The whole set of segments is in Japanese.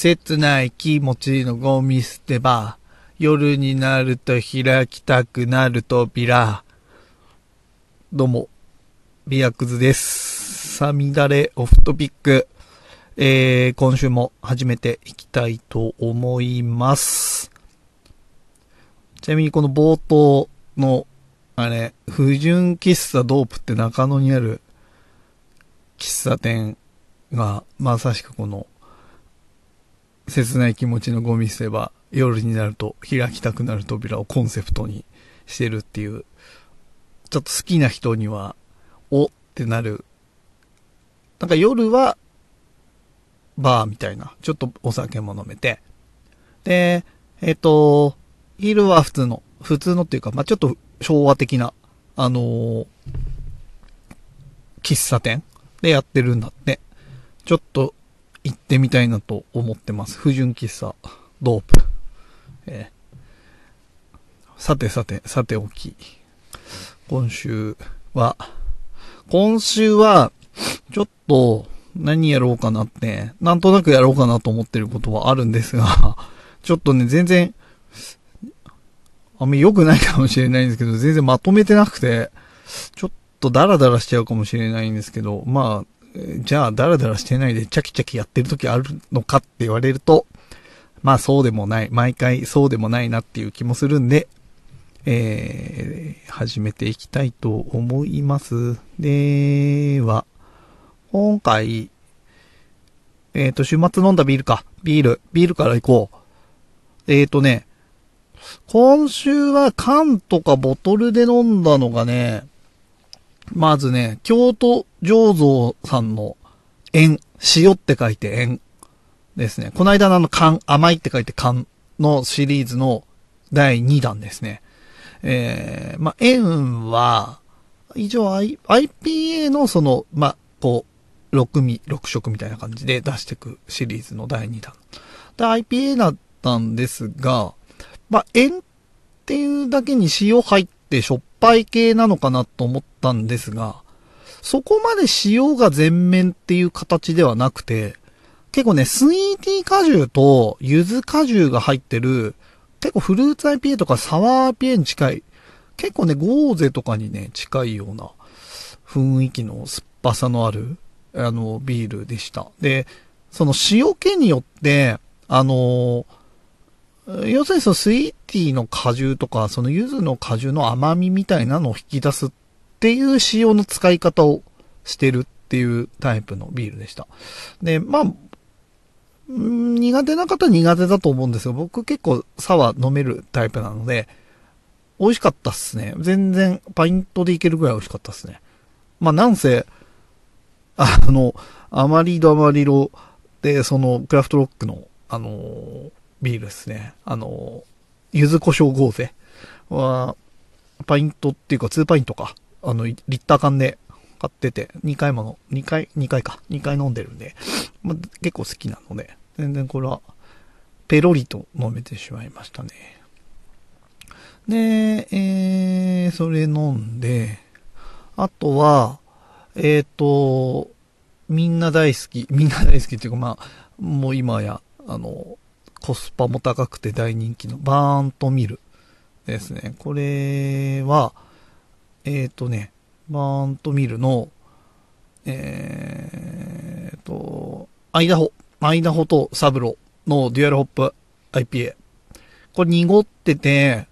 切ない気持ちのゴミ捨て場。夜になると開きたくなる扉。どうも、ビアクズです。さみだれオフトピック。今週も始めていきたいと思います。ちなみにこの冒頭の、不純喫茶ドープって中野にある喫茶店がまさしくこの切ない気持ちのゴミ捨て場、夜になると開きたくなる扉をコンセプトにしてるっていう、ちょっと好きな人にはおってなる、なんか夜はバーみたいな、ちょっとお酒も飲めて、で昼は普通のっていうか、ちょっと昭和的な喫茶店でやってるんだって。ちょっと行ってみたいなと思ってます。不純喫茶ドープ。さておき。今週は、ちょっと何やろうかなって、なんとなくやろうかなと思ってることはあるんですが、ちょっとね、全然、あんまり良くないかもしれないんですけど、全然まとめてなくて、ちょっとダラダラしちゃうかもしれないんですけど、じゃあダラダラしてないでチャキチャキやってる時あるのかって言われると、そうでもない。毎回そうでもないなっていう気もするんで、始めていきたいと思います。では、今回、週末飲んだビールか。ビールから行こう。今週は缶とかボトルで飲んだのがね、まずね、京都醸造さんの塩って書いて塩ですね。この間の缶、甘いって書いて缶のシリーズの第2弾ですね。塩は、一応 IPA の6色みたいな感じで出していくシリーズの第2弾。で、IPA だったんですが、塩っていうだけに塩入ってしょっぱい系なのかなと思ったんですが、そこまで塩が全面っていう形ではなくて、結構ね、スイーティー果汁と柚子果汁が入ってる、結構フルーツ IPA とかサワー IPA に近い、結構ね、ゴーゼとかにね、近いような雰囲気の酸っぱさのある、ビールでした。で、その塩気によって、要するにそのスイーティーの果汁とか、その柚子の果汁の甘みみたいなのを引き出すっていう塩の使い方をしてるっていうタイプのビールでした。で、苦手な方は苦手だと思うんですが、僕結構サワー飲めるタイプなので、美味しかったっすね。全然パイントでいけるぐらい美味しかったっすね。なんせ、アマリロで、そのクラフトロックの、ビールですね。柚子胡椒ゴーゼは、パイントっていうか2パイントか。リッター缶で買ってて、2回飲んでるんで、結構好きなので、全然これは、ペロリと飲めてしまいましたね。で、それ飲んで、あとは、みんな大好きっていうかもう今や、コスパも高くて大人気のバーントミルですね。これは、バーントミルの、アイダホとサブロのデュアルホップ IPA。これ濁ってて、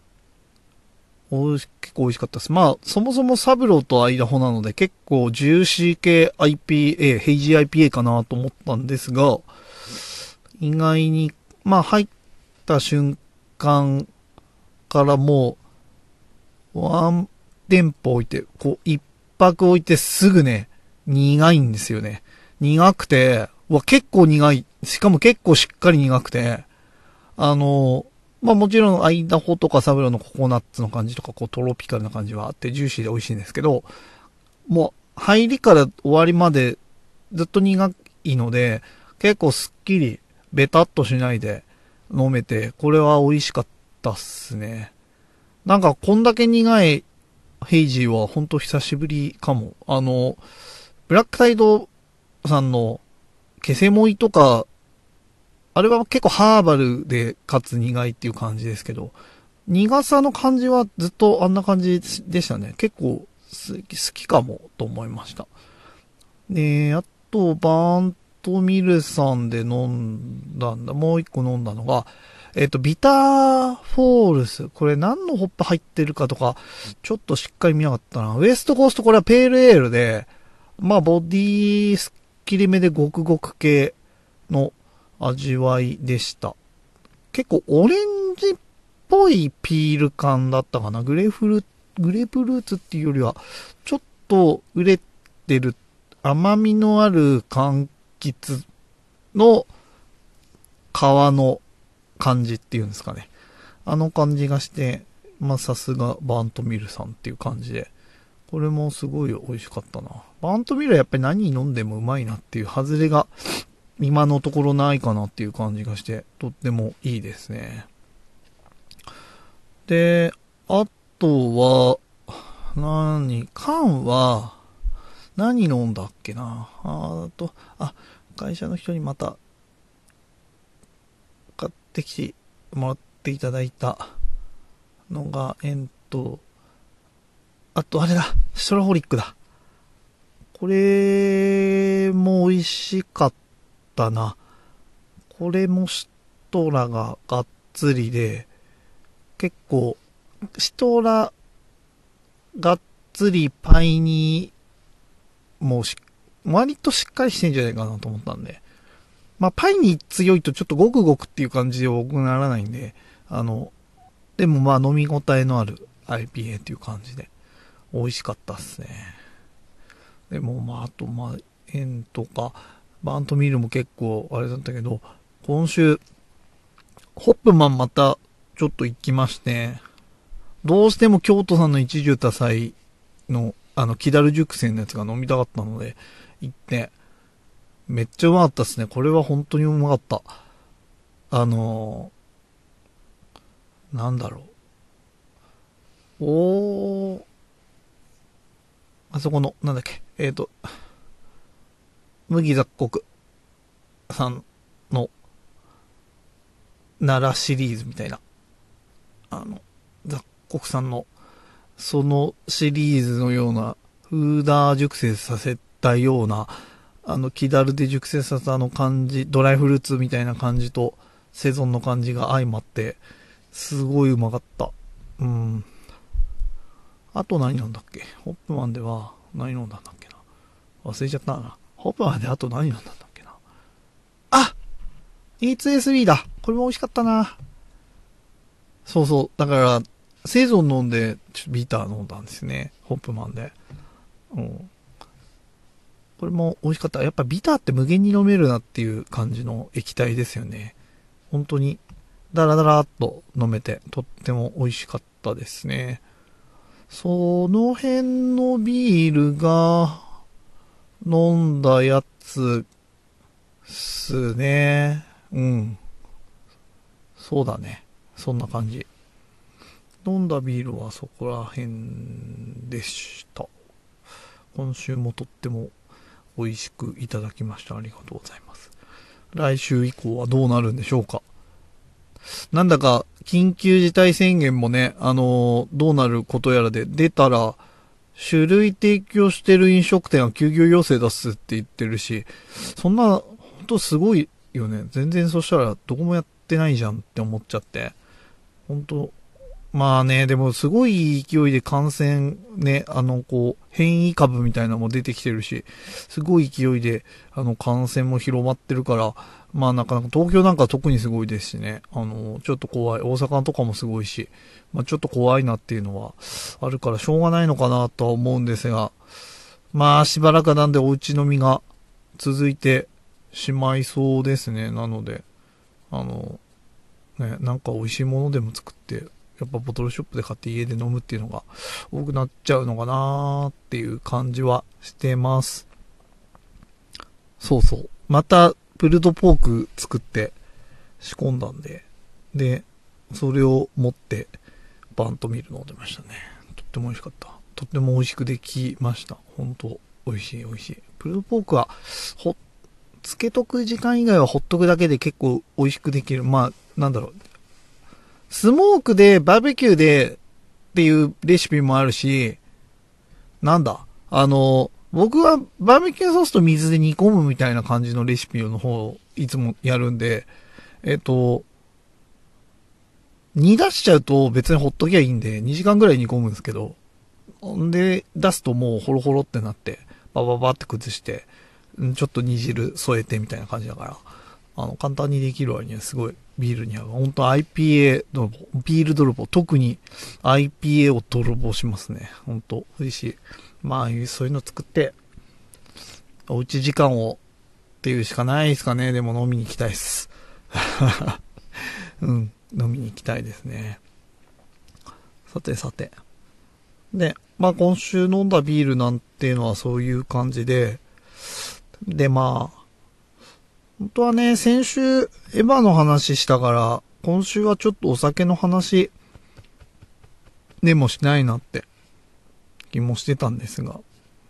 結構美味しかったです。そもそもサブロとアイダホなので結構ジューシー系 IPA、ヘイジー IPA かなと思ったんですが、意外に、入った瞬間からもう、ワンテンポ置いて、一泊置いてすぐね、苦いんですよね。苦くて、結構苦い。しかも結構しっかり苦くて、もちろんアイダホとかサブロのココナッツの感じとか、トロピカルな感じはあってジューシーで美味しいんですけど、もう、入りから終わりまでずっと苦いので、結構すっきり、ベタっとしないで飲めて、これは美味しかったっすね。なんかこんだけ苦いヘイジーはほんと久しぶりかも。ブラックサイドさんのケセモイとかあれは結構ハーバルでかつ苦いっていう感じですけど、苦さの感じはずっとあんな感じでしたね。結構好きかもと思いました。で、あと、バーントミルさんで飲んだんだ。もう一個飲んだのが、ビターフォールス。これ何のホップ入ってるかとか、ちょっとしっかり見なかったな。ウエストコーストこれはペールエールで、まあ、ボディスッキリめでごくごく系の味わいでした。結構オレンジっぽいピール感だったかな。グレープフルーツっていうよりは、ちょっと売れてる甘みのある柑橘の皮の感じっていうんですかね。あの感じがして、まあさすがバーントミルさんっていう感じで、これもすごい美味しかったな。バーントミルはやっぱり何飲んでもうまいなっていう外れが今のところないかなっていう感じがして、とってもいいですね。で、あとは、缶は、何飲んだっけな。会社の人にまた、買ってきてもらっていただいたのが、あとあれだ、ストラホリックだ。これも美味しかったな。これもシトラががっつりで、結構、シトラがっつりパイに、もう割としっかりしてんじゃないかなと思ったんで。まあ、パイに強いとちょっとゴクゴクっていう感じで僕ならないんで、でもまあ飲み応えのある IPA っていう感じで、美味しかったっすね。でもまあ、あとまあ、円とか、バーントミールも結構あれだったけど、今週、ホップマンまたちょっと行きまして、どうしても京都さんの一汁多彩の、木だる熟成のやつが飲みたかったので、行って、めっちゃうまかったですね。これは本当にうまかった。なんだろう。あそこの、なんだっけ、麦雑穀さんの奈良シリーズみたいな、雑穀さんの、そのシリーズのような、フーダー熟成させたような、木だるで熟成させた感じ、ドライフルーツみたいな感じと、セゾンの感じが相まって、すごいうまかった。うん。あと何飲んだっけ？ホップマンでは何飲んだんだっけな、忘れちゃったな。ホップマンであと何飲んだんだっけなあ！ E2SB だ。これも美味しかったな。そうそう。だから、セゾン飲んで、ビター飲んだんですね。ホップマンで。うん。これも美味しかった。やっぱビターって無限に飲めるなっていう感じの液体ですよね。本当に、ダラダラっと飲めて、とっても美味しかったですね。その辺のビールが、飲んだやつ、すね。うん。そうだね。そんな感じ。飲んだビールはそこら辺でした。今週もとっても美味しくいただきました。ありがとうございます。来週以降はどうなるんでしょうか。なんだか緊急事態宣言もね、どうなることやらで出たら、酒類提供してる飲食店は休業要請出すって言ってるし、そんな、ほんとすごいよね。全然そしたらどこもやってないじゃんって思っちゃって。本当まあね、でもすごい勢いで感染ね、変異株みたいなのも出てきてるし、すごい勢いで、感染も広まってるから、まあなかなか東京なんか特にすごいですしね、ちょっと怖い。大阪とかもすごいし、まあちょっと怖いなっていうのはあるからしょうがないのかなとは思うんですが、まあしばらくなんでおうち飲みが続いてしまいそうですね。なので、なんか美味しいものでも作って、やっぱボトルショップで買って家で飲むっていうのが多くなっちゃうのかなーっていう感じはしてます。そうそう。また、プルドポーク作って仕込んだんで、で、それを持ってバンとミル飲んでましたね。とっても美味しかった。とっても美味しくできました。本当美味しい美味しい。プルドポークは、 つけとく時間以外はほっとくだけで結構美味しくできる。まあ、なんだろう。スモークで、バーベキューでっていうレシピもあるし、なんだ。僕はバーベキューソースと水で煮込むみたいな感じのレシピの方をいつもやるんで、煮出しちゃうと別にほっときゃいいんで、2時間ぐらい煮込むんですけど、んで、出すともうホロホロってなって、バババって崩して、ちょっと煮汁添えてみたいな感じだから、簡単にできる割にはすごいビールに合う。本当 IPA 泥棒、ビール泥棒、特に IPA を泥棒しますね。本当美味しい。まあ、そういうの作って、おうち時間をっていうしかないですかね。でも飲みに行きたいです。うん、飲みに行きたいですね。さてさて。で、まあ今週飲んだビールなんていうのはそういう感じで、でまあ、本当はね、先週エヴァの話したから、今週はちょっとお酒の話でもしないなって気もしてたんですが、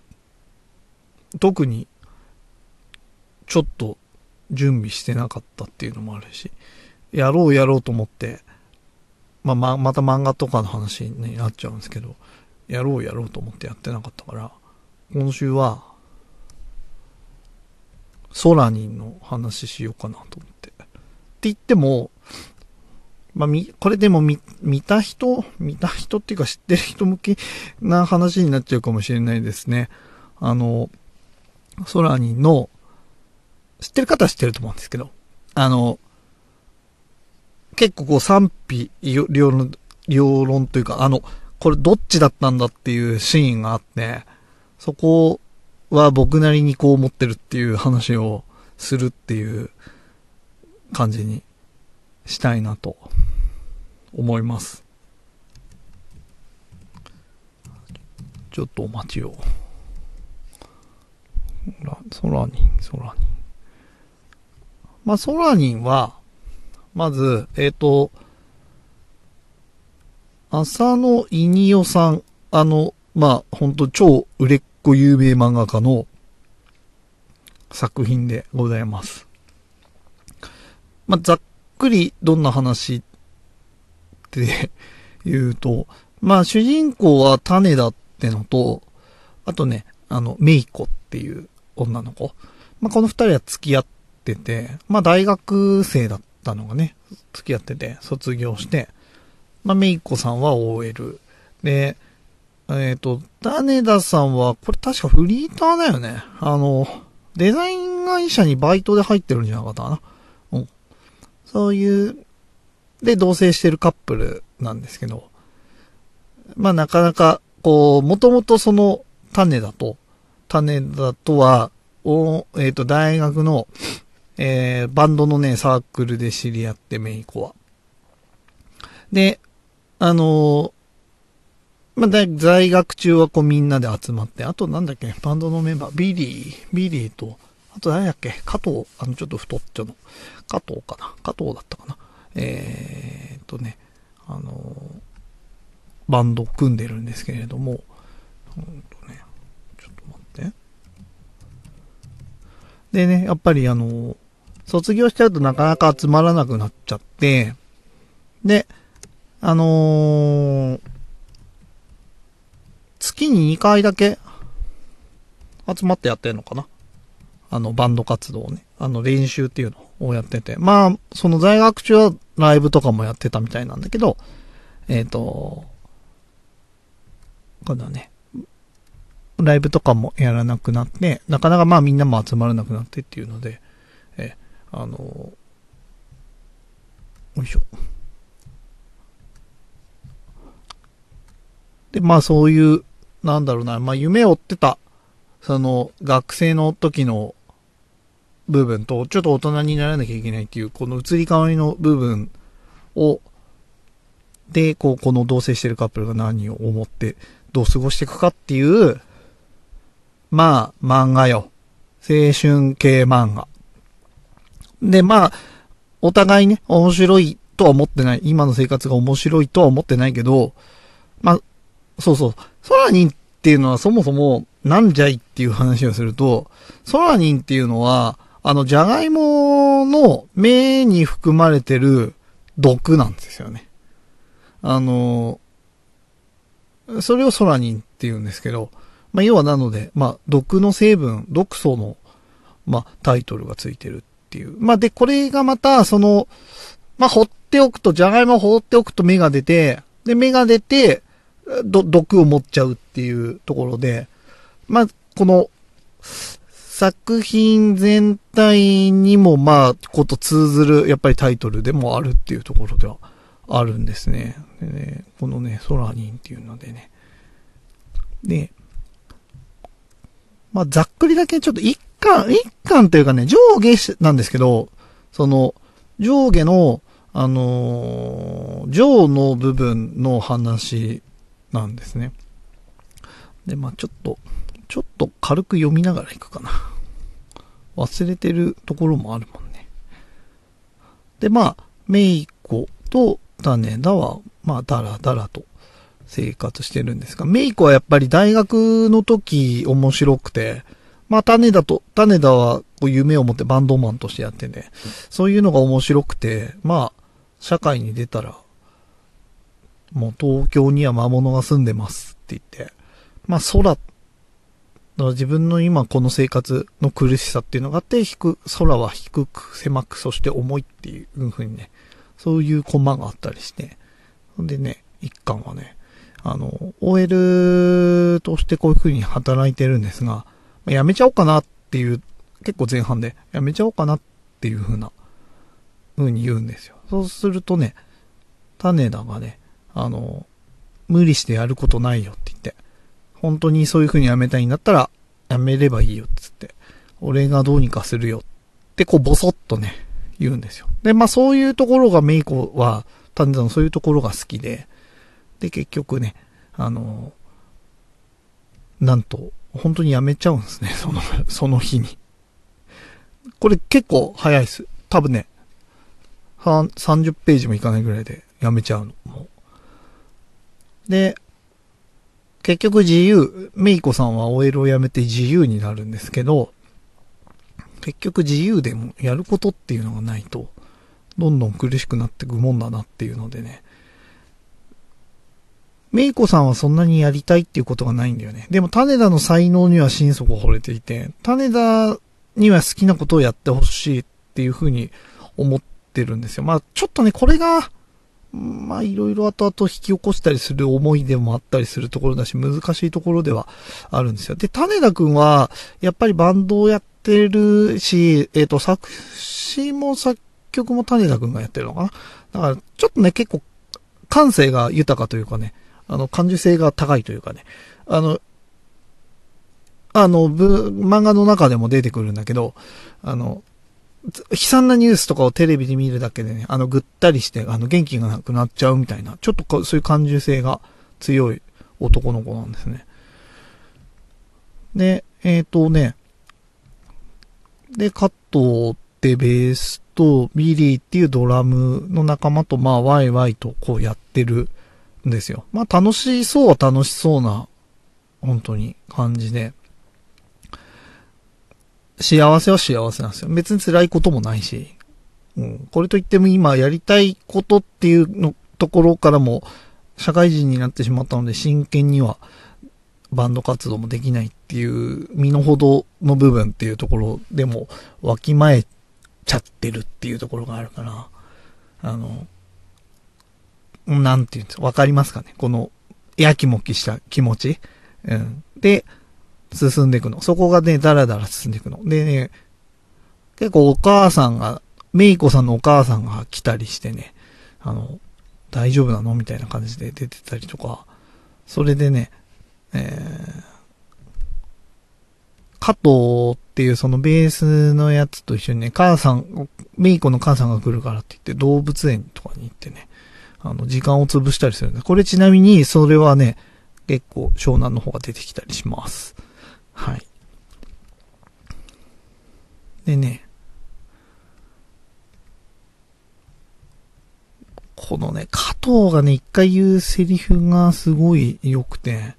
特にちょっと準備してなかったっていうのもあるし、やろうと思って、また漫画とかの話になっちゃうんですけど、やろうと思ってやってなかったから、今週は、ソラニンの話しようかなと思って。って言っても、まあ、これでも見た人っていうか知ってる人向けな話になっちゃうかもしれないですね。ソラニンの、知ってる方は知ってると思うんですけど、結構こう賛否両論というか、これどっちだったんだっていうシーンがあって、そこは僕なりにこう思ってるっていう話をするっていう感じにしたいなと思います。ちょっとお待ちを。ソラニン。まあ、ソラニンは、まず、浅野いにおさん、まあ、ほんと超売れっ子有名漫画家の作品でございます。まあ、ざっくりどんな話って言うと、まあ、主人公は種田ってのと、あとね、メイコっていう女の子。まあ、この二人は付き合ってて、まあ、大学生だったのがね、付き合ってて、卒業して、まあ、メイコさんは OL。で、種田さんは、これ確かフリーターだよね。デザイン会社にバイトで入ってるんじゃなかったかな。うん。そういう、で、同棲してるカップルなんですけど、まあ、なかなか、こう、もともとその、種田とは、大学の、バンドのね、サークルで知り合って、メイコは。で、まあ、在学中はこうみんなで集まって、あとなんだっけ、バンドのメンバー、ビリーと、あと誰だっけ、加藤、ちょっと太っちょの、加藤だったかな。バンド組んでるんですけれども、ちょっと待って。でね、やっぱり卒業しちゃうとなかなか集まらなくなっちゃって、で、月に2回だけ集まってやってんのかな、バンド活動をね、練習っていうのをやってて、まあ、その在学中はライブとかもやってたみたいなんだけど、今度はね、ライブとかもやらなくなって、なかなかまあみんなも集まらなくなってっていうので、よいしょ。で、まあそういう、なんだろうな、まあ夢を追ってた、その学生の時の部分と、ちょっと大人にならなきゃいけないっていう、この移り変わりの部分を、で、この同棲してるカップルが何を思って、どう過ごしていくかっていう、まあ、漫画よ。青春系漫画。で、まあ、お互いね、面白いとは思ってない。今の生活が面白いとは思ってないけど、まあ、そうそう。ソラニンっていうのはそもそもなんじゃいっていう話をすると、ソラニンっていうのは、 じゃがいもの芽に含まれてる毒なんですよね。それをソラニンって言うんですけど、まあ、要はなので、まあ、毒の成分、毒素の、まあ、タイトルがついてるっていう。まあ、で、これがまた、まあ、放っておくと、じゃがいもを放っておくと芽が出て、で、芽が出て、毒を持っちゃうっていうところで、まあ、この、作品全体にも、まあ、こと通ずる、やっぱりタイトルでもあるっていうところではあるんですね。でね、このね、ソラニンっていうのでね。で、まあ、ざっくりだけちょっと一巻というかね、上下なんですけど、上下の、上の部分の話なんですね。で、まあ、ちょっと軽く読みながらいくかな。忘れてるところもあるもんね。で、まあ、メイコと種田は、まあ、だらだらと生活してるんですが、メイコはやっぱり大学の時面白くて、まあ、種田はこう夢を持ってバンドマンとしてやってね、そういうのが面白くて、まあ、社会に出たら、もう東京には魔物が住んでますって言って、まあ、自分の今この生活の苦しさっていうのがあって、空は低く狭くそして重いっていう風にね、そういうコマがあったりして、でね、一巻はね、OL としてこういう風に働いてるんですが、やめちゃおうかなっていう、結構前半で、やめちゃおうかなっていう風に言うんですよ。そうするとね、種田がね、無理してやることないよって言って、本当にそういう風にやめたいんだったら、やめればいいよって言って、俺がどうにかするよってこうボソッとね、言うんですよ。で、まあそういうところがメイコは、種田のそういうところが好きで、で、結局ね、なんと、本当にやめちゃうんですね、その日に。これ結構早いです。多分ね、30ページもいかないぐらいでやめちゃうの。もうで、結局メイコさんは OL を辞めて自由になるんですけど、結局自由でもやることっていうのがないと、どんどん苦しくなっていくもんだなっていうのでね。メイコさんはそんなにやりたいっていうことがないんだよね。でも種田の才能には心底惚れていて、種田には好きなことをやってほしいっていうふうに思ってるんですよ。まあちょっとね、これが、まあいろいろ後々引き起こしたりする思い出もあったりするところだし、難しいところではあるんですよ。で、種田くんは、やっぱりバンドをやってるし、作詞も作曲も種田くんがやってるのかな。だから、ちょっとね、結構、感性が豊かというかね、感受性が高いというかね、漫画の中でも出てくるんだけど、悲惨なニュースとかをテレビで見るだけでね、ぐったりして、元気がなくなっちゃうみたいな、ちょっとそういう感受性が強い男の子なんですね。で、で、カットってベースとビリーっていうドラムの仲間と、まあ、ワイワイとこうやってるんですよ。まあ、楽しそうな、本当に感じで、幸せは幸せなんですよ。別に辛いこともないし、これといっても今やりたいことっていうのところからも社会人になってしまったので真剣にはバンド活動もできないっていう身の程の部分っていうところでもわきまえちゃってるっていうところがあるから、なんていうんですか、わかりますかね、このやきもきした気持ち、で進んでいくの。そこがね、だらだら進んでいくの。でね、結構メイコさんのお母さんが来たりしてね、大丈夫なのみたいな感じで出てたりとか、それでね、加藤っていうそのベースのやつと一緒にね、メイコの母さんが来るからって言って動物園とかに行ってね、時間を潰したりするんで、これちなみにそれはね、結構湘南の方が出てきたりします。はい。でね、このね、加藤がね、一回言うセリフがすごい良くて、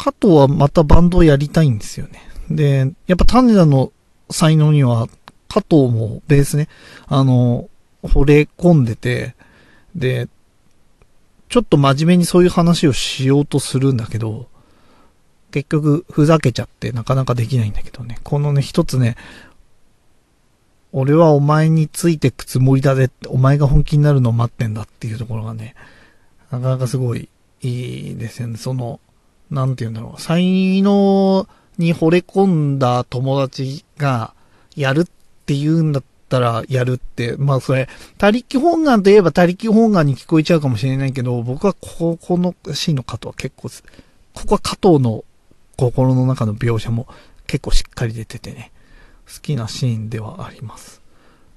加藤はまたバンドをやりたいんですよね。で、やっぱ種田の才能には、加藤もベースね、惚れ込んでて、で、ちょっと真面目にそういう話をしようとするんだけど、結局ふざけちゃってなかなかできないんだけどね。このね、一つね、俺はお前についてくつもりだぜって、お前が本気になるのを待ってんだっていうところがね、なかなかすごいいいですよね。なんて言うんだろう。才能に惚れ込んだ友達がやるって言うんだったらやるって、まあそれ、他力本願といえば他力本願に聞こえちゃうかもしれないけど、僕はこのシーンの加藤は結構、ここは加藤の心の中の描写も結構しっかり出ててね、好きなシーンではあります。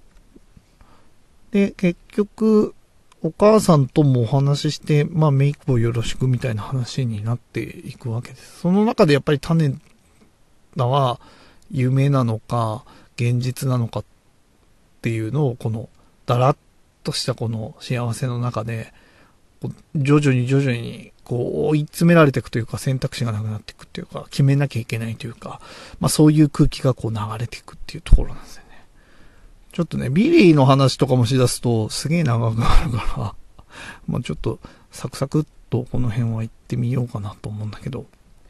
で、結局、お母さんともお話しして、まあメイクをよろしくみたいな話になっていくわけです。その中でやっぱり種田は夢なのか現実なのかっていうのをこのだらっとしたこの幸せの中で徐々にこう追い詰められていくというか選択肢がなくなっていくっていうか決めなきゃいけないというか、まあそういう空気がこう流れていくっていうところなんですよね。ちょっとね、ビリーの話とかもしだすとすげえ長くなるから、まあちょっとサクサクっとこの辺は行ってみようかなと思うんだけど。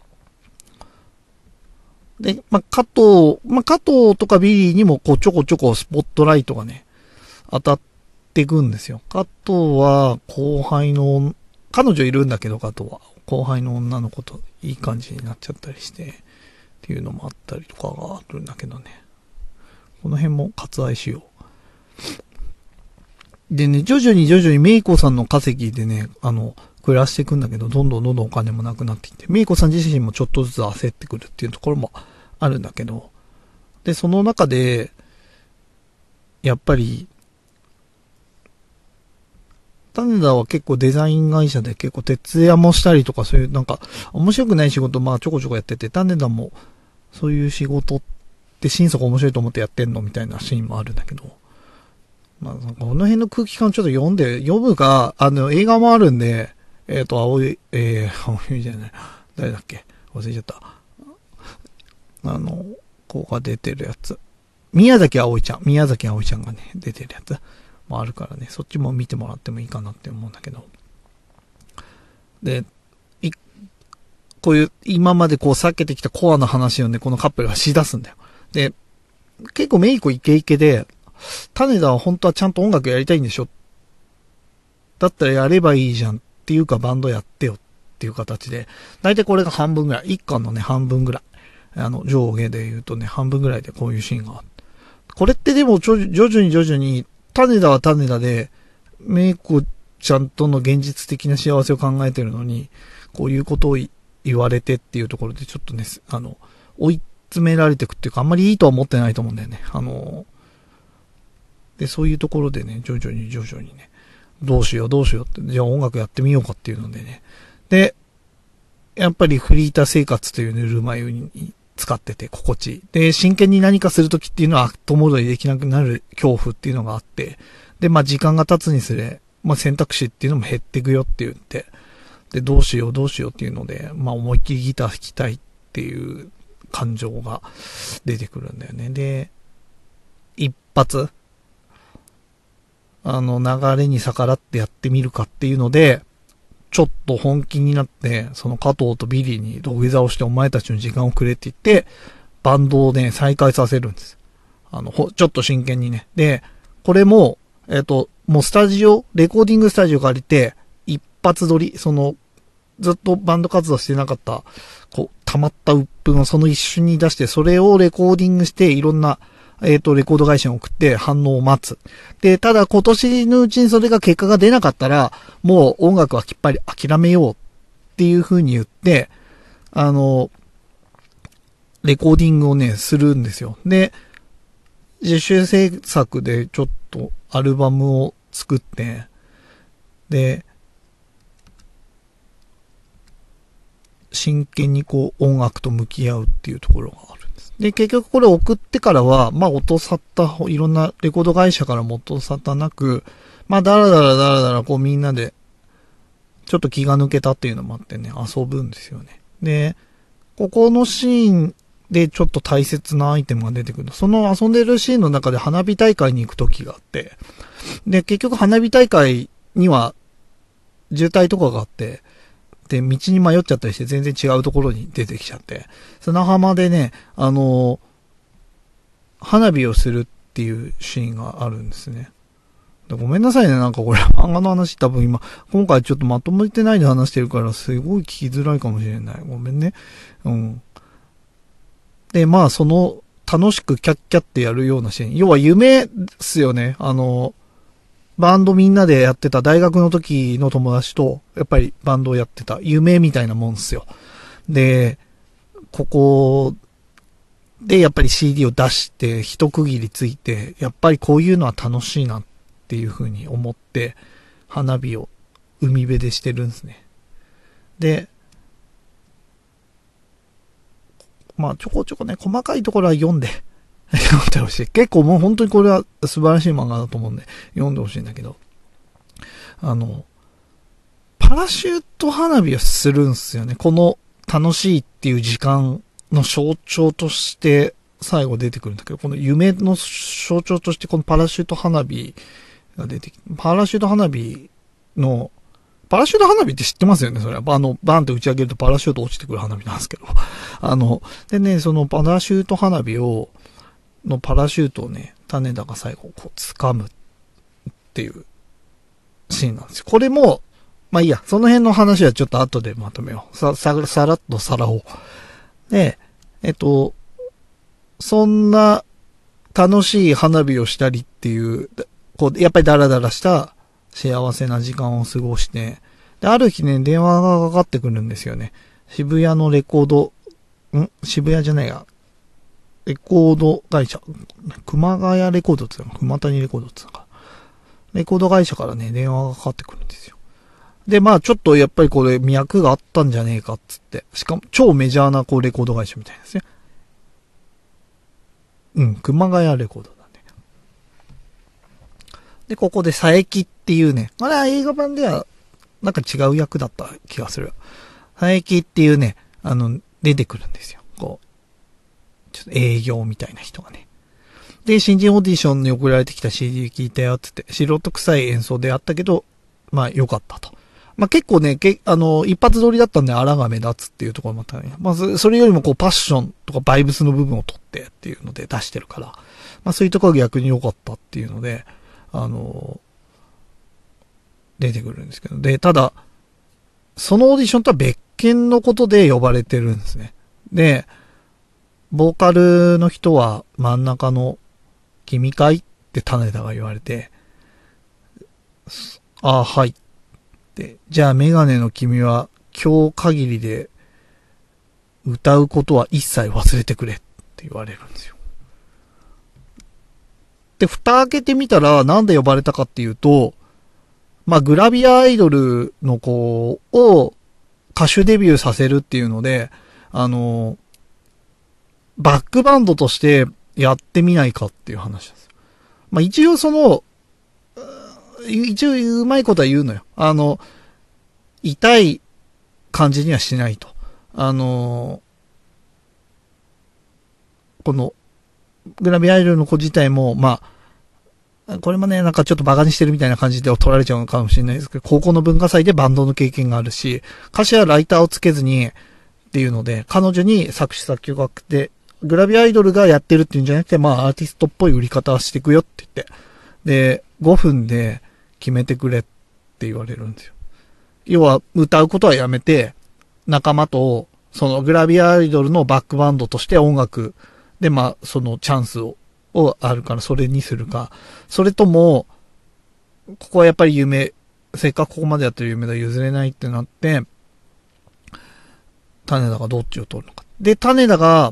で、まあ加藤とかビリーにもこうちょこちょこスポットライトがね、当たっていくんですよ。加藤は後輩の、彼女いるんだけど加藤は後輩の女の子といい感じになっちゃったりして、っていうのもあったりとかがあるんだけどね。この辺も割愛しよう。でね、徐々にメイコさんの稼ぎでね、暮らしていくんだけど、どんどんお金もなくなっていって、メイコさん自身もちょっとずつ焦ってくるっていうところもあるんだけど、で、その中で、やっぱり、種田は結構デザイン会社で結構徹夜もしたりとか、そういうなんか、面白くない仕事、まあちょこちょこやってて、種田もそういう仕事って心底面白いと思ってやってんのみたいなシーンもあるんだけど、まあ、この辺の空気感ちょっと読むか、映画もあるんで、青いじゃない、誰だっけ忘れちゃった。ここが出てるやつ。宮崎葵ちゃんがね、出てるやつもあるからね、そっちも見てもらってもいいかなって思うんだけど。で、こういう、今までこう避けてきたコアな話をね、このカップルがしだすんだよ。で、結構メイコイケイケで、種田は本当はちゃんと音楽やりたいんでしょ？だったらやればいいじゃんっていうかバンドやってよっていう形で、だいたいこれが半分ぐらい、一巻のね半分ぐらい、上下で言うとね半分ぐらいでこういうシーンがある。これってでも徐々に種田は種田で、メイコちゃんとの現実的な幸せを考えてるのに、こういうことを言われてっていうところでちょっとね、追い詰められていくっていうか、あんまりいいとは思ってないと思うんだよね。で、そういうところでね、徐々にね、どうしようって、じゃあ音楽やってみようかっていうのでね。で、やっぱりフリーター生活というぬるま湯に使ってて心地いい。で、真剣に何かするときっていうのは後戻りできなくなる恐怖っていうのがあって、で、まあ時間が経つにつれ、まあ選択肢っていうのも減っていくよって言って、で、どうしようっていうので、まあ思いっきりギター弾きたいっていう感情が出てくるんだよね。で、一発、流れに逆らってやってみるかっていうので、ちょっと本気になって、その加藤とビリーに土下座をしてお前たちの時間をくれって言って、バンドをね、再開させるんです。ちょっと真剣にね。で、これも、もうレコーディングスタジオ借りて、一発撮り、ずっとバンド活動してなかった、溜まった鬱憤をその一瞬に出して、それをレコーディングして、いろんな、レコード会社に送って反応を待つ。で、ただ今年のうちにそれが結果が出なかったら、もう音楽はきっぱり諦めようっていう風に言って、レコーディングをね、するんですよ。で、自主制作でちょっとアルバムを作って、で、真剣に音楽と向き合うっていうところがあるんです。で、結局これ送ってからは、まあ音沙汰、いろんなレコード会社からも音沙汰なく、まあだらだらみんなで、ちょっと気が抜けたっていうのもあってね、遊ぶんですよね。で、 ここのシーンでちょっと大切なアイテムが出てくる。その遊んでるシーンの中で花火大会に行く時があって、で、結局花火大会には渋滞とかがあって、で、道に迷っちゃったりして全然違うところに出てきちゃって、砂浜でね、花火をするっていうシーンがあるんですね。ごめんなさいね、なんかこれ漫画の話多分今回ちょっとまとめてないで話してるからすごい聞きづらいかもしれない。ごめんね。うん。で、まあ楽しくキャッキャってやるようなシーン。要は夢っすよね。バンドみんなでやってた大学の時の友達と、やっぱりバンドをやってた夢みたいなもんっすよ。で、ここでやっぱり CD を出して一区切りついて、やっぱりこういうのは楽しいなっていう風に思って、花火を海辺でしてるんですね。で、まあちょこちょこね、細かいところは読んでほしい。結構もう本当にこれは素晴らしい漫画だと思うんで、読んでほしいんだけど、パラシュート花火をするんすよね。この楽しいっていう時間の象徴として最後出てくるんだけど、この夢の象徴としてこのパラシュート花火が出てきて、パラシュート花火って知ってますよね、それは。バンって打ち上げるとパラシュート落ちてくる花火なんですけど。でね、そのパラシュート花火のパラシュートをね、種田が最後こう掴むっていうシーンなんですよ。これも、まあいいや、その辺の話はちょっと後でまとめよう。さらっとさらおう。で、そんな楽しい花火をしたりっていう、こう、やっぱりダラダラした幸せな時間を過ごして、で、ある日ね、電話がかかってくるんですよね。渋谷のレコード、渋谷じゃないや、レコード会社、熊谷レコードって言うのか、熊谷レコードって言うのか。レコード会社からね、電話がかかってくるんですよ。で、まあちょっとやっぱりこれ脈があったんじゃねえかっつって。しかも超メジャーなこうレコード会社みたいですね。熊谷レコードだね。で、ここで佐伯っていうね、あれは映画版ではなんか違う役だった気がする。佐伯っていうね、出てくるんですよ。こう、ちょっと営業みたいな人がね。で、新人オーディションに送られてきた CD 聞いたよって言って、素人臭い演奏であったけど、まあ良かったと。まあ結構ね、一発撮りだったんで荒が目立つっていうところもあったね。まあそれよりもこうパッションとかバイブスの部分を取ってっていうので出してるから、まあそういうところが逆に良かったっていうので、出てくるんですけど。で、ただ、そのオーディションとは別件のことで呼ばれてるんですね。で、ボーカルの人は真ん中の君かいって種田が言われて、ああ、はい。で、じゃあメガネの君は今日限りで歌うことは一切忘れてくれって言われるんですよ。で、蓋開けてみたらなんで呼ばれたかっていうと、まあ、グラビアアイドルの子を歌手デビューさせるっていうので、バックバンドとしてやってみないかっていう話です。まあ、一応うまいことは言うのよ。痛い感じにはしないと。この、グラビアアイドルの子自体も、まあ、これもね、なんかちょっとバカにしてるみたいな感じで取られちゃうのかもしれないですけど、高校の文化祭でバンドの経験があるし、歌詞はライターをつけずにっていうので、彼女に作詞作曲で、グラビアアイドルがやってるっていうんじゃなくて、まあアーティストっぽい売り方はしていくよって言って、で、5分で決めてくれって言われるんですよ。要は、歌うことはやめて、仲間と、そのグラビアアイドルのバックバンドとして音楽で、まあ、そのチャンスをあるからそれにするか、それとも、ここはやっぱりせっかくここまでやってる夢だ譲れないってなって、種田がどっちを取るのか。で、種田が、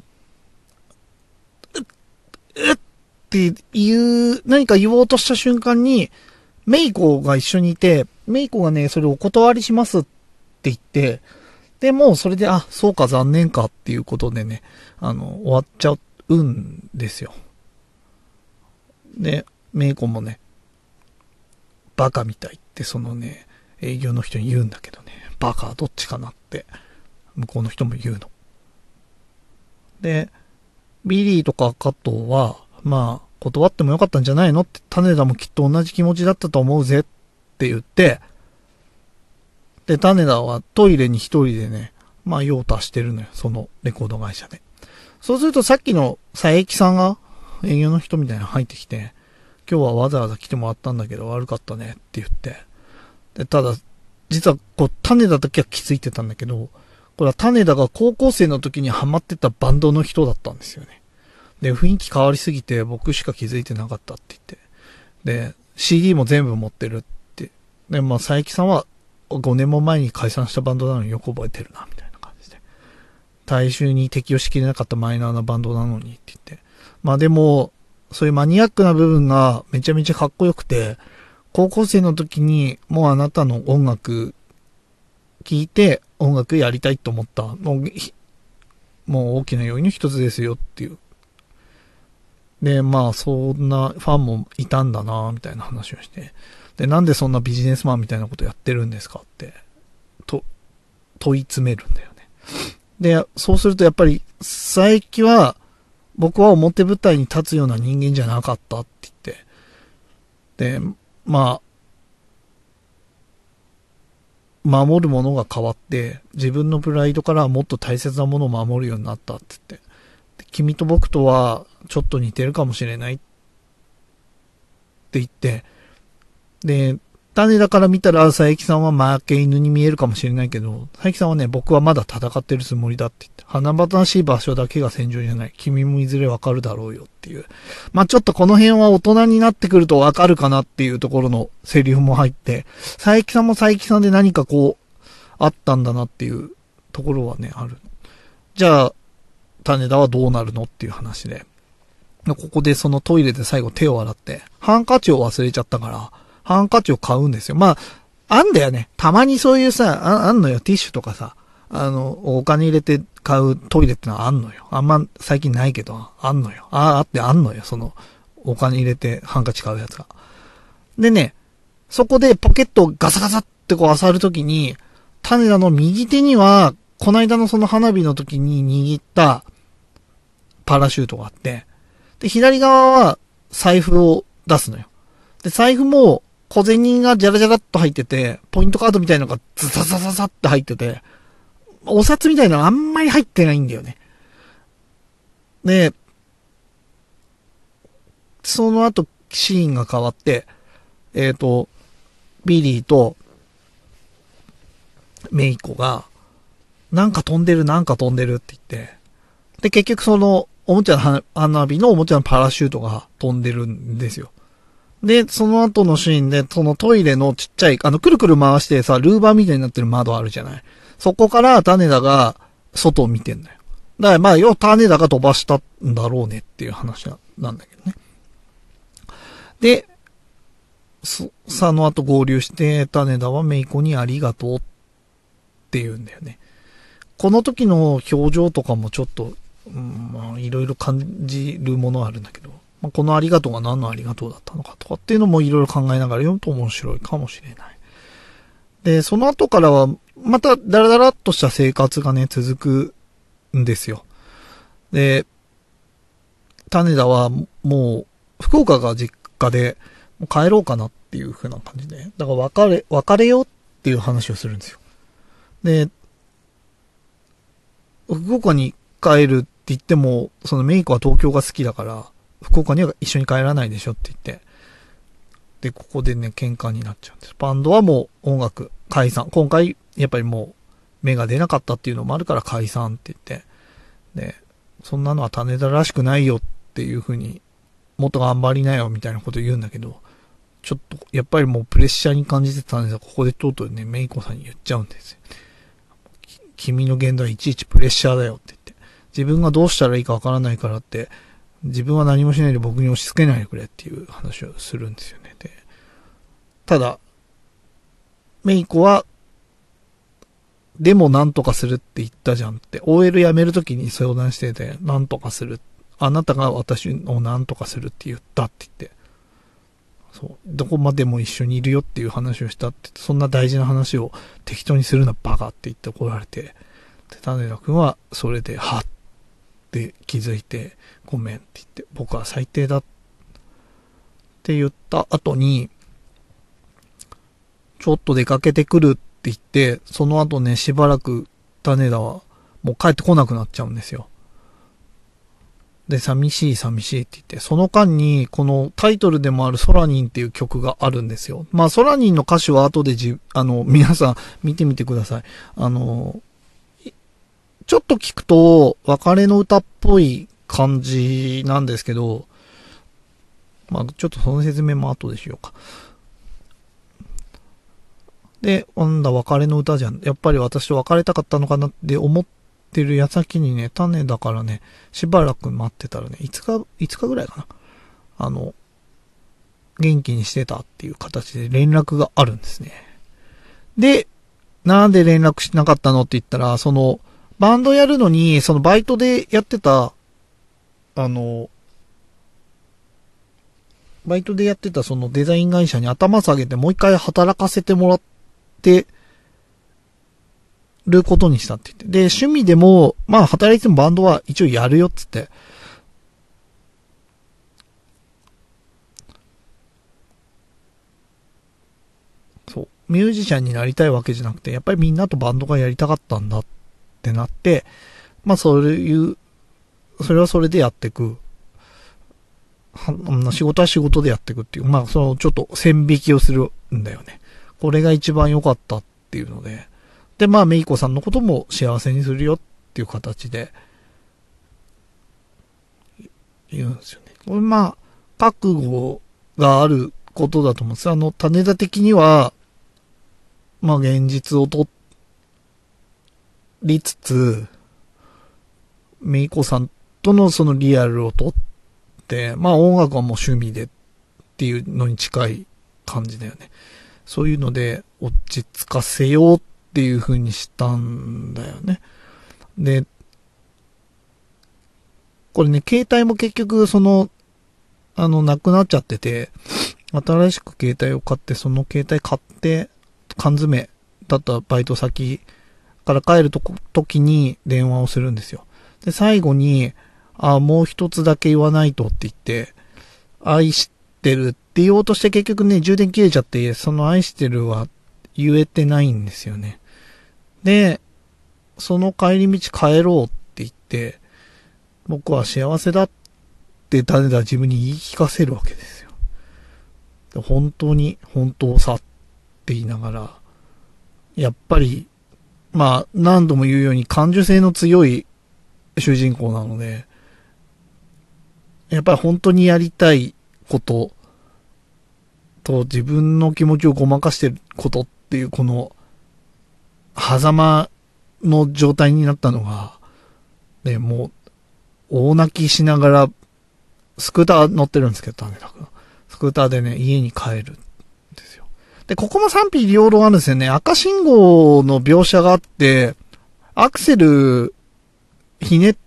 って何か言おうとした瞬間に、メイコが一緒にいて、メイコがね、それお断りしますって言って、で、もうそれで、あ、そうか残念かっていうことでね、終わっちゃうんですよ。で、メイコもね、バカみたいってそのね、営業の人に言うんだけどね、バカどっちかなって、向こうの人も言うの。 で、ビリーとか加藤は、まあ、断ってもよかったんじゃないのって、種田もきっと同じ気持ちだったと思うぜって言って、で、種田はトイレに一人でね、まあ、用足してるのよ、そのレコード会社で。そうするとさっきの佐伯さんが営業の人みたいなの入ってきて、今日はわざわざ来てもらったんだけど悪かったねって言って。で、ただ、実はこう、種田だけは気づいてたんだけど、これは種田が高校生の時にハマってたバンドの人だったんですよね。で、雰囲気変わりすぎて僕しか気づいてなかったって言って。で、CD も全部持ってるって。で、まあ、佐伯さんは5年も前に解散したバンドなのによく覚えてるな、みたいな感じで。大衆に適用しきれなかったマイナーなバンドなのにって言って。まあでも、そういうマニアックな部分がめちゃめちゃかっこよくて、高校生の時にもうあなたの音楽聴いて音楽やりたいと思った。もう大きな要因の一つですよっていう。で、まあそんなファンもいたんだなみたいな話をして。で、なんでそんなビジネスマンみたいなことやってるんですかって、問い詰めるんだよね。で、そうするとやっぱり佐伯は僕は表舞台に立つような人間じゃなかったって言って。で、まあ、守るものが変わって、自分のプライドからもっと大切なものを守るようになったって言って。君と僕とはちょっと似てるかもしれないって言って、で、種だから見たら佐伯さんは負け犬に見えるかもしれないけど、佐伯さんはね、僕はまだ戦ってるつもりだって言って、華々しい場所だけが戦場じゃない。君もいずれわかるだろうよっていう。まあ、ちょっとこの辺は大人になってくるとわかるかなっていうところのセリフも入って、佐伯さんも佐伯さんで何かこう、あったんだなっていうところはね、ある。じゃあ、種田はどうなるのっていう話で。ここでそのトイレで最後手を洗って、ハンカチを忘れちゃったから、ハンカチを買うんですよ。まあ、あんだよね。たまにそういうさ、あんのよ。ティッシュとかさ、お金入れて買うトイレってのはあんのよ。あんま最近ないけど、あんのよ。あってあんのよ。その、お金入れてハンカチ買うやつが。でね、そこでポケットをガサガサってこう漁るときに、種田の右手には、この間のその花火の時に握ったパラシュートがあって、で、左側は財布を出すのよ。で、財布も小銭がジャラジャラっと入ってて、ポイントカードみたいなのがズザザザザって入ってて、お札みたいなのあんまり入ってないんだよね。で、その後シーンが変わって、ビリーとメイコが、なんか飛んでるって言って、で、結局その、おもちゃの花火のおもちゃのパラシュートが飛んでるんですよ。で、その後のシーンで、そのトイレのちっちゃい、くるくる回してさ、ルーバーみたいになってる窓あるじゃない。そこから種田が外を見てんだよ。だからまあ、種田が飛ばしたんだろうねっていう話なんだけどね。で、その後合流して、種田はメイコにありがとうって言うんだよね。この時の表情とかもちょっと、まあ、いろいろ感じるものはあるんだけど、まあ、このありがとうが何のありがとうだったのかとかっていうのもいろいろ考えながら読むと面白いかもしれない。で、その後からは、またダラダラっとした生活がね、続くんですよ。で、種田はもう、福岡が実家で、もう帰ろうかなっていう風な感じで、だから別れようっていう話をするんですよ。で、福岡に帰るって言っても、そのメイコは東京が好きだから、福岡には一緒に帰らないでしょって言って。で、ここでね、喧嘩になっちゃうんです。バンドはもう音楽解散。今回、やっぱりもう、芽が出なかったっていうのもあるから解散って言って。で、そんなのは種田らしくないよっていう風に、もっと頑張りなよみたいなこと言うんだけど、ちょっと、やっぱりもうプレッシャーに感じてたんですが、ここでとうとうね、メイコさんに言っちゃうんですよ。君の言動はいちいちプレッシャーだよって言って。自分がどうしたらいいかわからないからって、自分は何もしないで僕に押し付けないでくれっていう話をするんですよね。で、ただ、メイコは、でも何とかするって言ったじゃんって、OL 辞めるときに相談してて、何とかする。あなたが私を何とかするって言ったって言って、そう、どこまでも一緒にいるよっていう話をしたって、そんな大事な話を適当にするなバカって言って怒られて、で、種田くんはそれで、はってって気づいて、ごめんって言って、僕は最低だって言った後に、ちょっと出かけてくるって言って、その後ね、しばらく種田はもう帰ってこなくなっちゃうんですよ。で、寂しいって言って、その間に、このタイトルでもあるソラニンっていう曲があるんですよ。まあ、ソラニンの歌詞は後で皆さん見てみてください。ちょっと聞くと、別れの歌っぽい感じなんですけど、まあ、ちょっとその説明も後でしようか。で、なんだ、別れの歌じゃん。やっぱり私と別れたかったのかなって思ってる矢先にね、種だからね、しばらく待ってたらね、5日ぐらいかな。元気にしてたっていう形で連絡があるんですね。で、なんで連絡しなかったのって言ったら、バンドやるのに、バイトでやってた、バイトでやってたデザイン会社に頭下げてもう一回働かせてもらってることにしたって言って。で、趣味でも、まあ働いてもバンドは一応やるよっつって。そう。ミュージシャンになりたいわけじゃなくて、やっぱりみんなとバンドがやりたかったんだってなって、まあそれはそれでやっていく。仕事は仕事でやっていくっていう、まあちょっと線引きをするんだよね。これが一番良かったっていうので。で、まあメイコさんのことも幸せにするよっていう形で言うんですよね。これまあ、覚悟があることだと思うんです。種田的には、まあ現実を取りつつ、メイコさんとのそのリアルを取って、まあ音楽はもう趣味でっていうのに近い感じだよね。そういうので落ち着かせようっていう風にしたんだよね。で、これね、携帯も結局なくなっちゃってて、新しく携帯を買って、その携帯買って、缶詰だったバイト先から帰る時に電話をするんですよ。で、最後に、もう一つだけ言わないとって言って、愛してるって言おうとして結局ね、充電切れちゃって、その愛してるは言えてないんですよね。で、その帰り道帰ろうって言って、僕は幸せだって種田自分に言い聞かせるわけですよ。本当に本当さって言いながら、やっぱり、まあ何度も言うように感受性の強い主人公なので、やっぱり本当にやりたいことと自分の気持ちをごまかしてることっていうこの狭間の状態になったのが、ね、もう大泣きしながらスクーター乗ってるんですけど、種田君。スクーターでね、家に帰るんですよ。で、ここも賛否両論あるんですよね。赤信号の描写があって、アクセルひねって、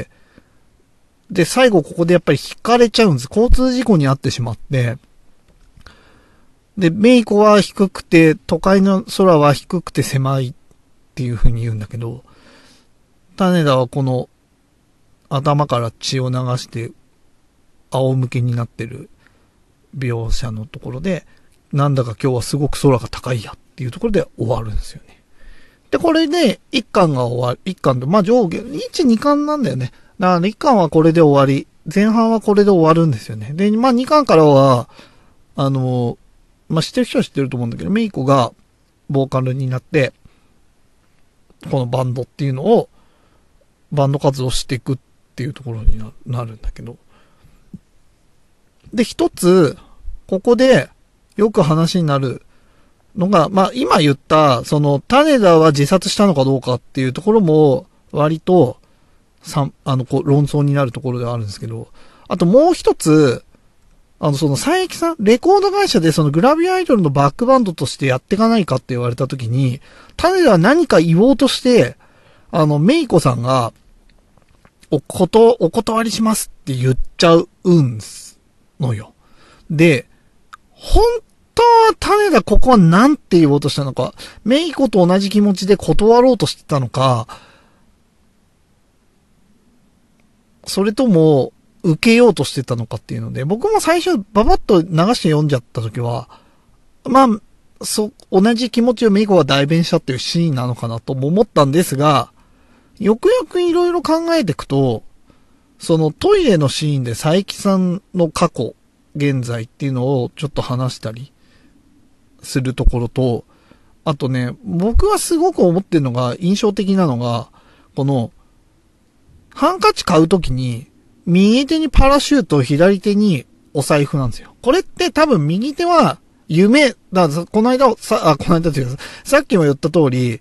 で、最後ここでやっぱり引かれちゃうんです。交通事故に遭ってしまって。で、メイコは低くて、都会の空は低くて狭いっていう風に言うんだけど、種田はこの頭から血を流して仰向けになってる描写のところで、なんだか今日はすごく空が高いやっていうところで終わるんですよね。で、これで一巻が終わる。一巻と、まあ上下、1、2巻なんだよね。だから1巻はこれで終わり。前半はこれで終わるんですよね。で、まあ2巻からは、まあ知ってる人は知ってると思うんだけど、メイコがボーカルになって、このバンドっていうのを、バンド活動していくっていうところになるんだけど。で、一つ、ここでよく話になるのが、まあ今言った、種田は自殺したのかどうかっていうところも、割と、論争になるところではあるんですけど、あともう一つ、佐伯さん、レコード会社でグラビアアイドルのバックバンドとしてやっていかないかって言われたときに、種田は何か言おうとして、メイコさんが、お断りしますって言っちゃうんのよ。で、本当は種田ここは何て言おうとしたのか、メイコと同じ気持ちで断ろうとしてたのか、 それとも、受けようとしてたのかっていうので、僕も最初、ババッと流して読んじゃった時は、まあ、同じ気持ちをメイコが代弁したっていうシーンなのかなとも思ったんですが、よくよくいろいろ考えていくと、そのトイレのシーンで佐伯さんの過去、現在っていうのをちょっと話したりするところと、あとね、僕はすごく思ってるのが、印象的なのが、この、ハンカチ買うときに、右手にパラシュート、左手にお財布なんですよ。これって多分右手は夢、この間っていうか、さっきも言った通り、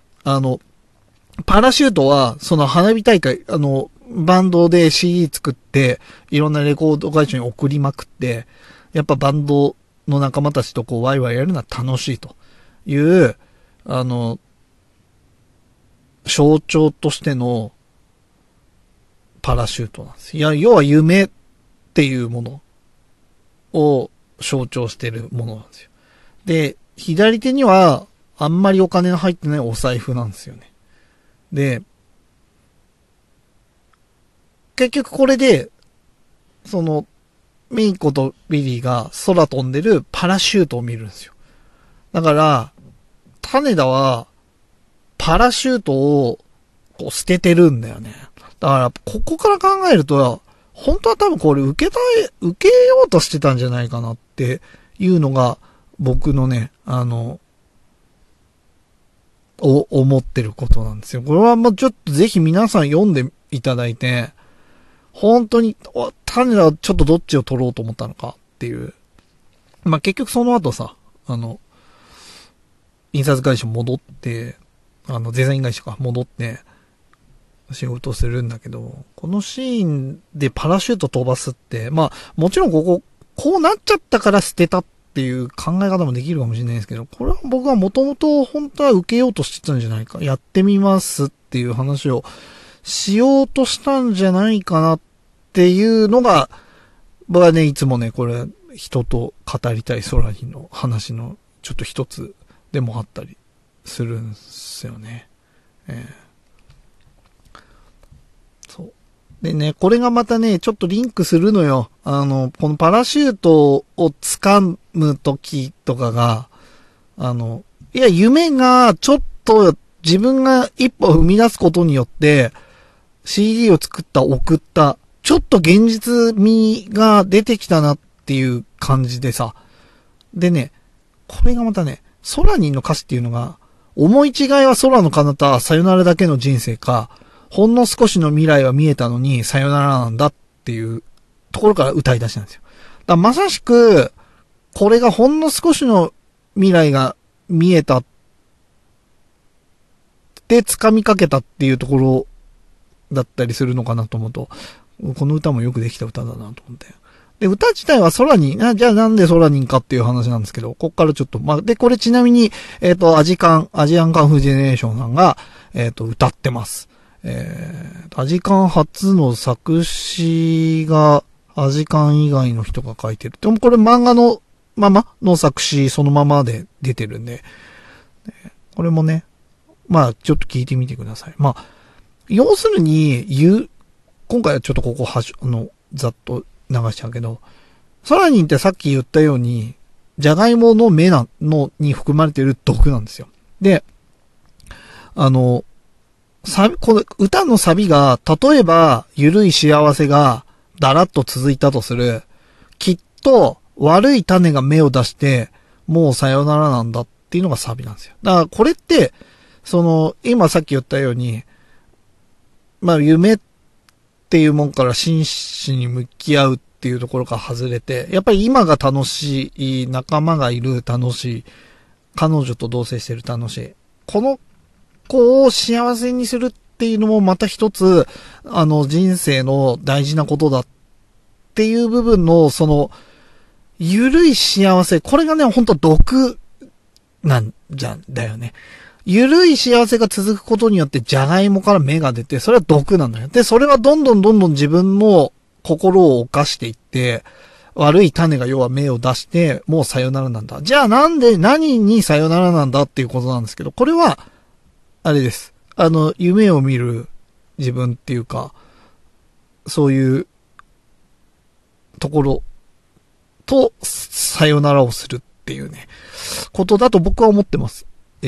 パラシュートは、その花火大会、バンドで CD 作って、いろんなレコード会社に送りまくって、やっぱバンドの仲間たちとこうワイワイやるのは楽しいという、象徴としてのパラシュートなんです。いや、要は夢っていうものを象徴してるものなんですよ。で、左手にはあんまりお金の入ってないお財布なんですよね。で、結局これで、その、メイコとビリーが空飛んでるパラシュートを見るんですよ。だから、種田は、パラシュートをこう捨ててるんだよね。だから、ここから考えると、本当は多分これ受けようとしてたんじゃないかなっていうのが、僕のね、思ってることなんですよ。これはもうちょっとぜひ皆さん読んでいただいて、本当に、種田はちょっとどっちを取ろうと思ったのかっていう。まあ、結局その後さ、印刷会社戻って、デザイン会社か戻って、仕事するんだけど、このシーンでパラシュート飛ばすって、まあ、もちろんこうなっちゃったから捨てたっていう考え方もできるかもしれないですけど、これは僕はもともと本当は受けようとしてたんじゃないか、やってみますっていう話をしようとしたんじゃないかなっていうのが、僕はね、いつもね、これ、人と語りたい空にの話のちょっと一つでもあったりするんですよね。そう。でね、これがまたね、ちょっとリンクするのよ。このパラシュートを掴む時とかが、いや、夢がちょっと自分が一歩踏み出すことによって、CD を作った、送った、ちょっと現実味が出てきたなっていう感じでさ。でね、これがまたね、ソラニンの歌詞っていうのが、思い違いは空の彼方、さよならだけの人生か、ほんの少しの未来は見えたのに、さよならなんだっていうところから歌い出したんですよ。だからまさしく、これがほんの少しの未来が見えたって掴みかけたっていうところだったりするのかなと思うと、この歌もよくできた歌だなと思って。で、歌自体は空に、じゃあなんで空にかっていう話なんですけど、こっからちょっと、で、これちなみに、アジアンカンフージェネレーションさんが、歌ってます。アジカン初の作詞が、アジカン以外の人が書いてる。でもこれ漫画のままの作詞そのままで出てるんで、これもね、まあちょっと聞いてみてください。まあ、要するに、今回はちょっとここざっと流しちゃうけど、ソラニンってさっき言ったように、ジャガイモの芽に含まれている毒なんですよ。で、この歌のサビが、例えば、ゆるい幸せがだらっと続いたとする、きっと悪い種が芽を出して、もうさよならなんだっていうのがサビなんですよ。だからこれって、今さっき言ったように、まあ夢っていうもんから真摯に向き合うっていうところから外れて、やっぱり今が楽しい、仲間がいる楽しい、彼女と同棲してる楽しい。この子を幸せにするっていうのもまた一つ、人生の大事なことだっていう部分の、ゆるい幸せ、これがね、ほんと毒なんだよね。ゆるい幸せが続くことによってジャガイモから芽が出て、それは毒なんだよ。で、それはどんどん自分の心を犯していって、悪い種が要は芽を出して、もうさよならなんだ。じゃあ何にさよならなんだっていうことなんですけど、これは、あれです。夢を見る自分っていうか、 そういうところとさよならをするっていうね、ことだと僕は思ってます。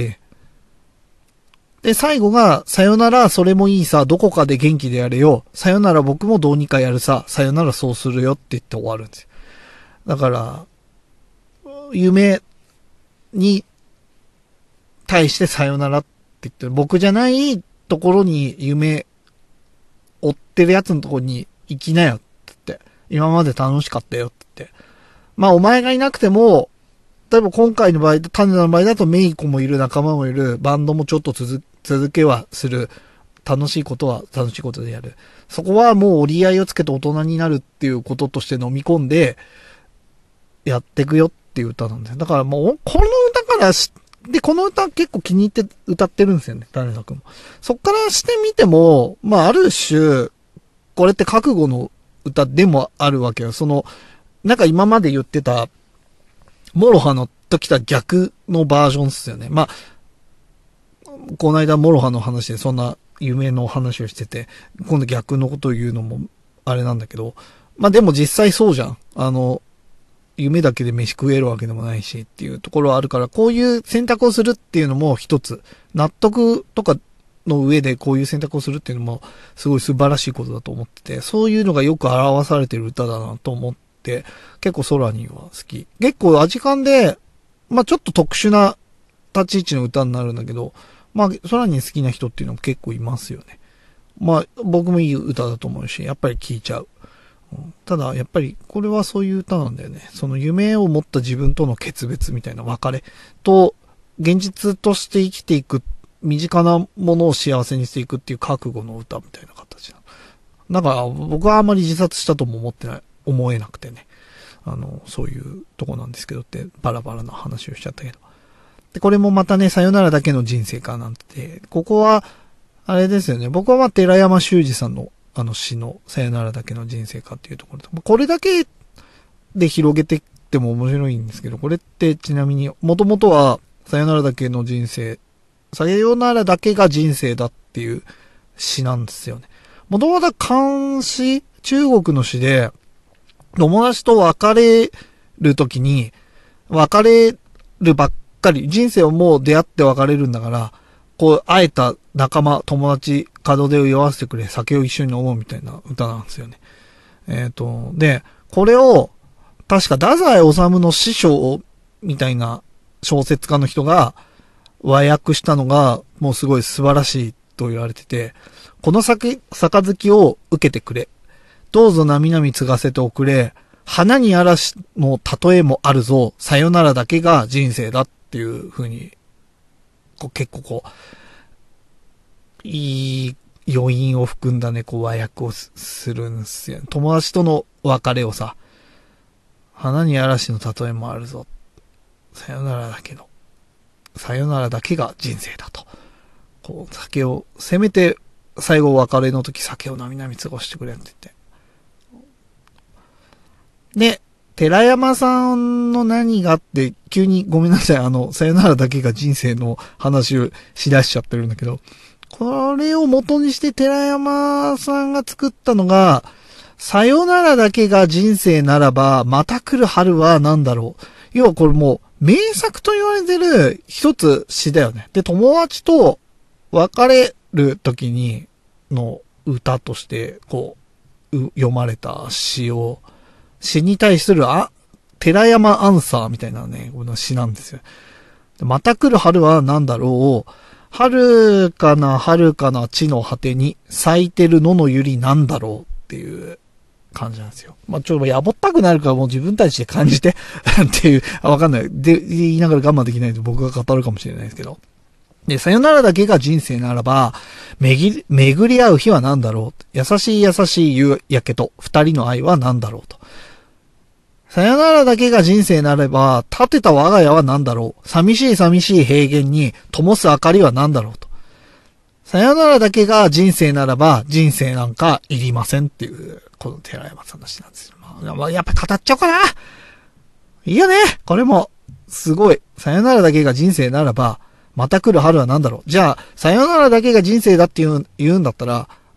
で、最後が、さよならそれもいいさ、どこかで元気でやれよ。さよなら僕もどうにかやるさ、さよならそうするよって言って終わるんですよ。だから、夢に対してさよならって言ってる。僕じゃないところに夢追ってるやつのところに行きなよって言って。今まで楽しかったよって言って。まあお前がいなくても、例えば今回の場合、種の場合だとメイコもいる、仲間もいる、バンドもちょっと続けはする。楽しいことは楽しいことでやる。そこはもう折り合いをつけて大人になるっていうこととして飲み込んで、やってくよっていう歌なんですよ。だからもう、この歌からで、この歌結構気に入って歌ってるんですよね、種田くんも。そっからしてみても、まあある種、これって覚悟の歌でもあるわけよ。なんか今まで言ってた、モロハの時とは逆のバージョンっすよね。まあ、この間モロハの話でそんな夢の話をしてて、今度逆のことを言うのもあれなんだけど、まあでも実際そうじゃん。夢だけで飯食えるわけでもないしっていうところはあるから、こういう選択をするっていうのも一つ、納得とかの上でこういう選択をするっていうのもすごい素晴らしいことだと思ってて、そういうのがよく表されてる歌だなと思って、結構空には好き。結構アジカンで、まあちょっと特殊な立ち位置の歌になるんだけど、まあ空に好きな人っていうのも結構いますよね。まあ僕もいい歌だと思うし、やっぱり聴いちゃう。ただ、やっぱり、これはそういう歌なんだよね。その夢を持った自分との決別みたいな別れと、現実として生きていく、身近なものを幸せにしていくっていう覚悟の歌みたいな形な。だから、僕はあまり自殺したとも思えなくてね。そういうとこなんですけどって、バラバラな話をしちゃったけど。で、これもまたね、さよならだけの人生かなんて、ここは、あれですよね。僕はまあ、寺山修司さんの詩のさよならだけの人生かっていうところで、これだけで広げていっても面白いんですけど、これってちなみに、もともとはさよならだけの人生、さよならだけが人生だっていう詩なんですよね。もともとは漢詩、中国の詩で、友達と別れるときに、別れるばっかり、人生をもう出会って別れるんだから、こう、会えた仲間、友達、門出を酔わせてくれ、酒を一緒に飲もうみたいな歌なんですよね。で、これを、確か太宰治の師匠みたいな小説家の人が和訳したのが、もうすごい素晴らしいと言われてて、この杯を受けてくれ。どうぞなみなみ継がせておくれ。花に嵐の例えもあるぞ。さよならだけが人生だっていう風に、結構いい余韻を含んだね、和訳をするんですよ。友達との別れをさ、花に嵐の例えもあるぞ。さよならだけが人生だと。こう、酒を、せめて最後別れの時酒をなみなみ過ごしてくれって言って。で、寺山さんの何があって、急にごめんなさい、さよならだけが人生の話をしだしちゃってるんだけど、これを元にして寺山さんが作ったのが、さよならだけが人生ならば、また来る春は何だろう。要はこれもう、名作と言われてる一つ詩だよね。で、友達と別れる時にの歌として、こう、読まれた詩に対する寺山アンサーみたいなね、この詩なんですよ。また来る春は何だろう。春かな地の果てに咲いてる野のゆりなんだろうっていう感じなんですよ。まあ、ちょっとやぼったくなるからもう自分たちで感じてっていう、わかんない。で、言いながら我慢できないと僕が語るかもしれないですけど。で、さよならだけが人生ならば、巡り合う日は何だろう。優しい夕焼けと二人の愛は何だろうと。さよならだけが人生なれば、建てた我が家は何だろう。寂しい平原に灯す明かりは何だろうと。さよならだけが人生ならば、人生なんかいりませんっていう、この寺山さんの詩なんですよ。まあ、やっぱ語っちゃおうかな。いいよね。これも、すごい。さよならだけが人生ならば、また来る春は何だろう。じゃあ、さよならだけが人生だって言うんだったら、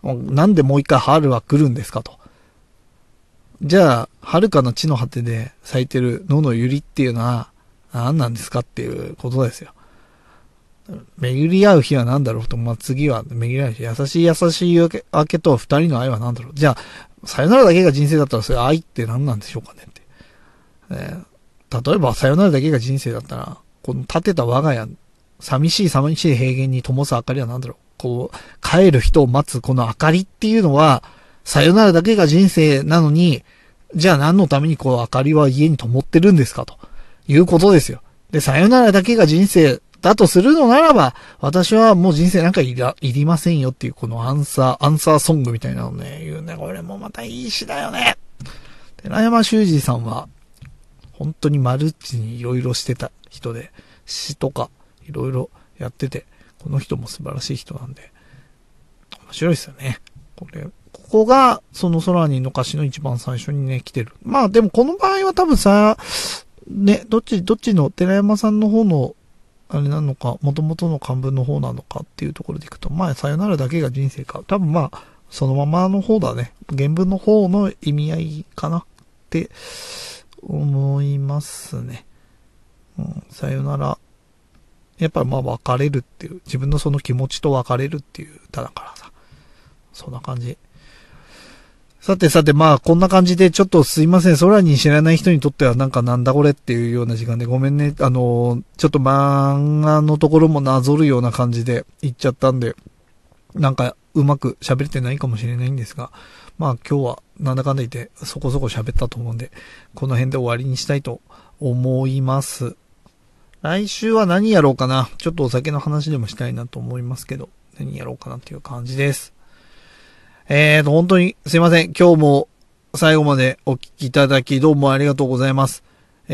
なんでもう一回春は来るんですかと。じゃあ、遥かの地の果てで咲いてる野の百合っていうのは何なんですかっていうことですよ。巡り合う日は何だろうと。次は巡り合う日。優しい夜明けと二人の愛は何だろう。じゃあ、さよならだけが人生だったらそれ愛って何なんでしょうかねって。例えば、さよならだけが人生だったら、この建てた我が家、寂しい平原に灯す明かりは何だろう。帰る人を待つこの明かりっていうのは、さよならだけが人生なのに、じゃあ何のために明かりは家に灯ってるんですかということですよ。で、さよならだけが人生だとするのならば、私はもう人生なんかいりませんよっていうこのアンサーソングみたいなのね、言うね。これもまたいい詩だよね。寺山修司さんは、本当にマルチにいろいろしてた人で、詩とかいろいろやってて、この人も素晴らしい人なんで、面白いですよね。ここが、その空にの歌詞の一番最初にね、来てる。でもこの場合は多分さ、ね、どっちの寺山さんの方の、あれなのか、元々の漢文の方なのかっていうところでいくと、さよならだけが人生か。多分そのままの方だね。原文の方の意味合いかなって思いますね。さよなら。やっぱり別れるっていう、自分のその気持ちと別れるっていう歌だからさ。そんな感じ。さて、こんな感じで、ちょっとすいません。空に知らない人にとってはなんだこれっていうような時間でごめんね。ちょっと漫画のところもなぞるような感じで言っちゃったんで、うまく喋れてないかもしれないんですが、今日はなんだかんだ言ってそこそこ喋ったと思うんで、この辺で終わりにしたいと思います。来週は何やろうかな。ちょっとお酒の話でもしたいなと思いますけど、何やろうかなっていう感じです。本当にすいません。今日も最後までお聞きいただきどうもありがとうございます。ち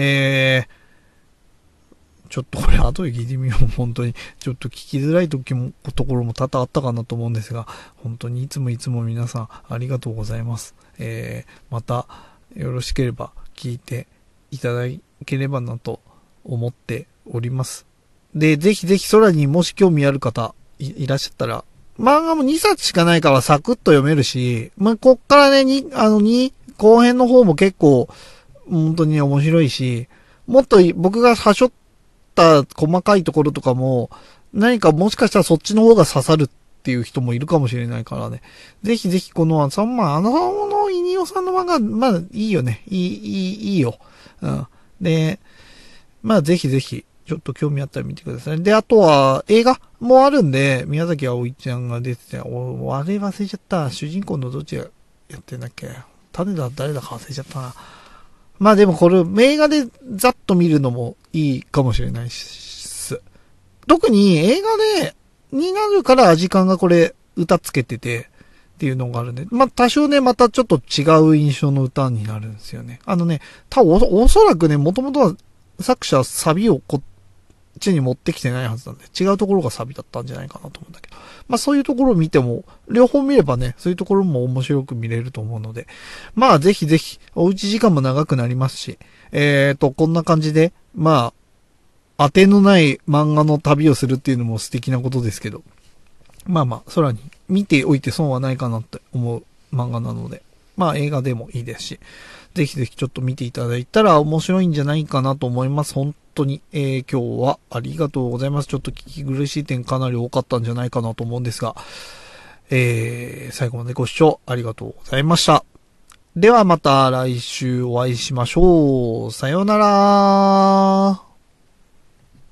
ょっとこれ後で聞いてみよう。本当に。ちょっと聞きづらいところも多々あったかなと思うんですが、本当にいつも皆さんありがとうございます。またよろしければ聞いていただければなと思っております。で、ぜひ空にもし興味ある方いらっしゃったら、漫画も2冊しかないからサクッと読めるし、こっからね、後編の方も結構、本当に面白いし、もっと僕がはしょった細かいところとかも、何かもしかしたらそっちの方が刺さるっていう人もいるかもしれないからね。ぜひこののイニオさんの漫画、いいよね。いいよ。で、ぜひ、ちょっと興味あったら見てください。で、あとは映画もあるんで、宮崎あおいちゃんが出てて、あれ忘れちゃった。主人公のどっちがやってんだっけ。誰だか忘れちゃったな。でもこれ、映画でざっと見るのもいいかもしれないし、特に映画になるから時間がこれ、歌つけてて、っていうのがあるんで、多少ね、またちょっと違う印象の歌になるんですよね。おそらくね、もともとは作者サビをこっちに持ってきてないはずなんで、違うところがサビだったんじゃないかなと思うんだけど。そういうところを見ても、両方見ればね、そういうところも面白く見れると思うので、ぜひ、おうち時間も長くなりますし、こんな感じで、当てのない漫画の旅をするっていうのも素敵なことですけど、空に見ておいて損はないかなって思う漫画なので、映画でもいいですし、ぜひちょっと見ていただいたら面白いんじゃないかなと思います。本当に、今日はありがとうございます。ちょっと聞き苦しい点かなり多かったんじゃないかなと思うんですが、最後までご視聴ありがとうございました。ではまた来週お会いしましょう。さようなら。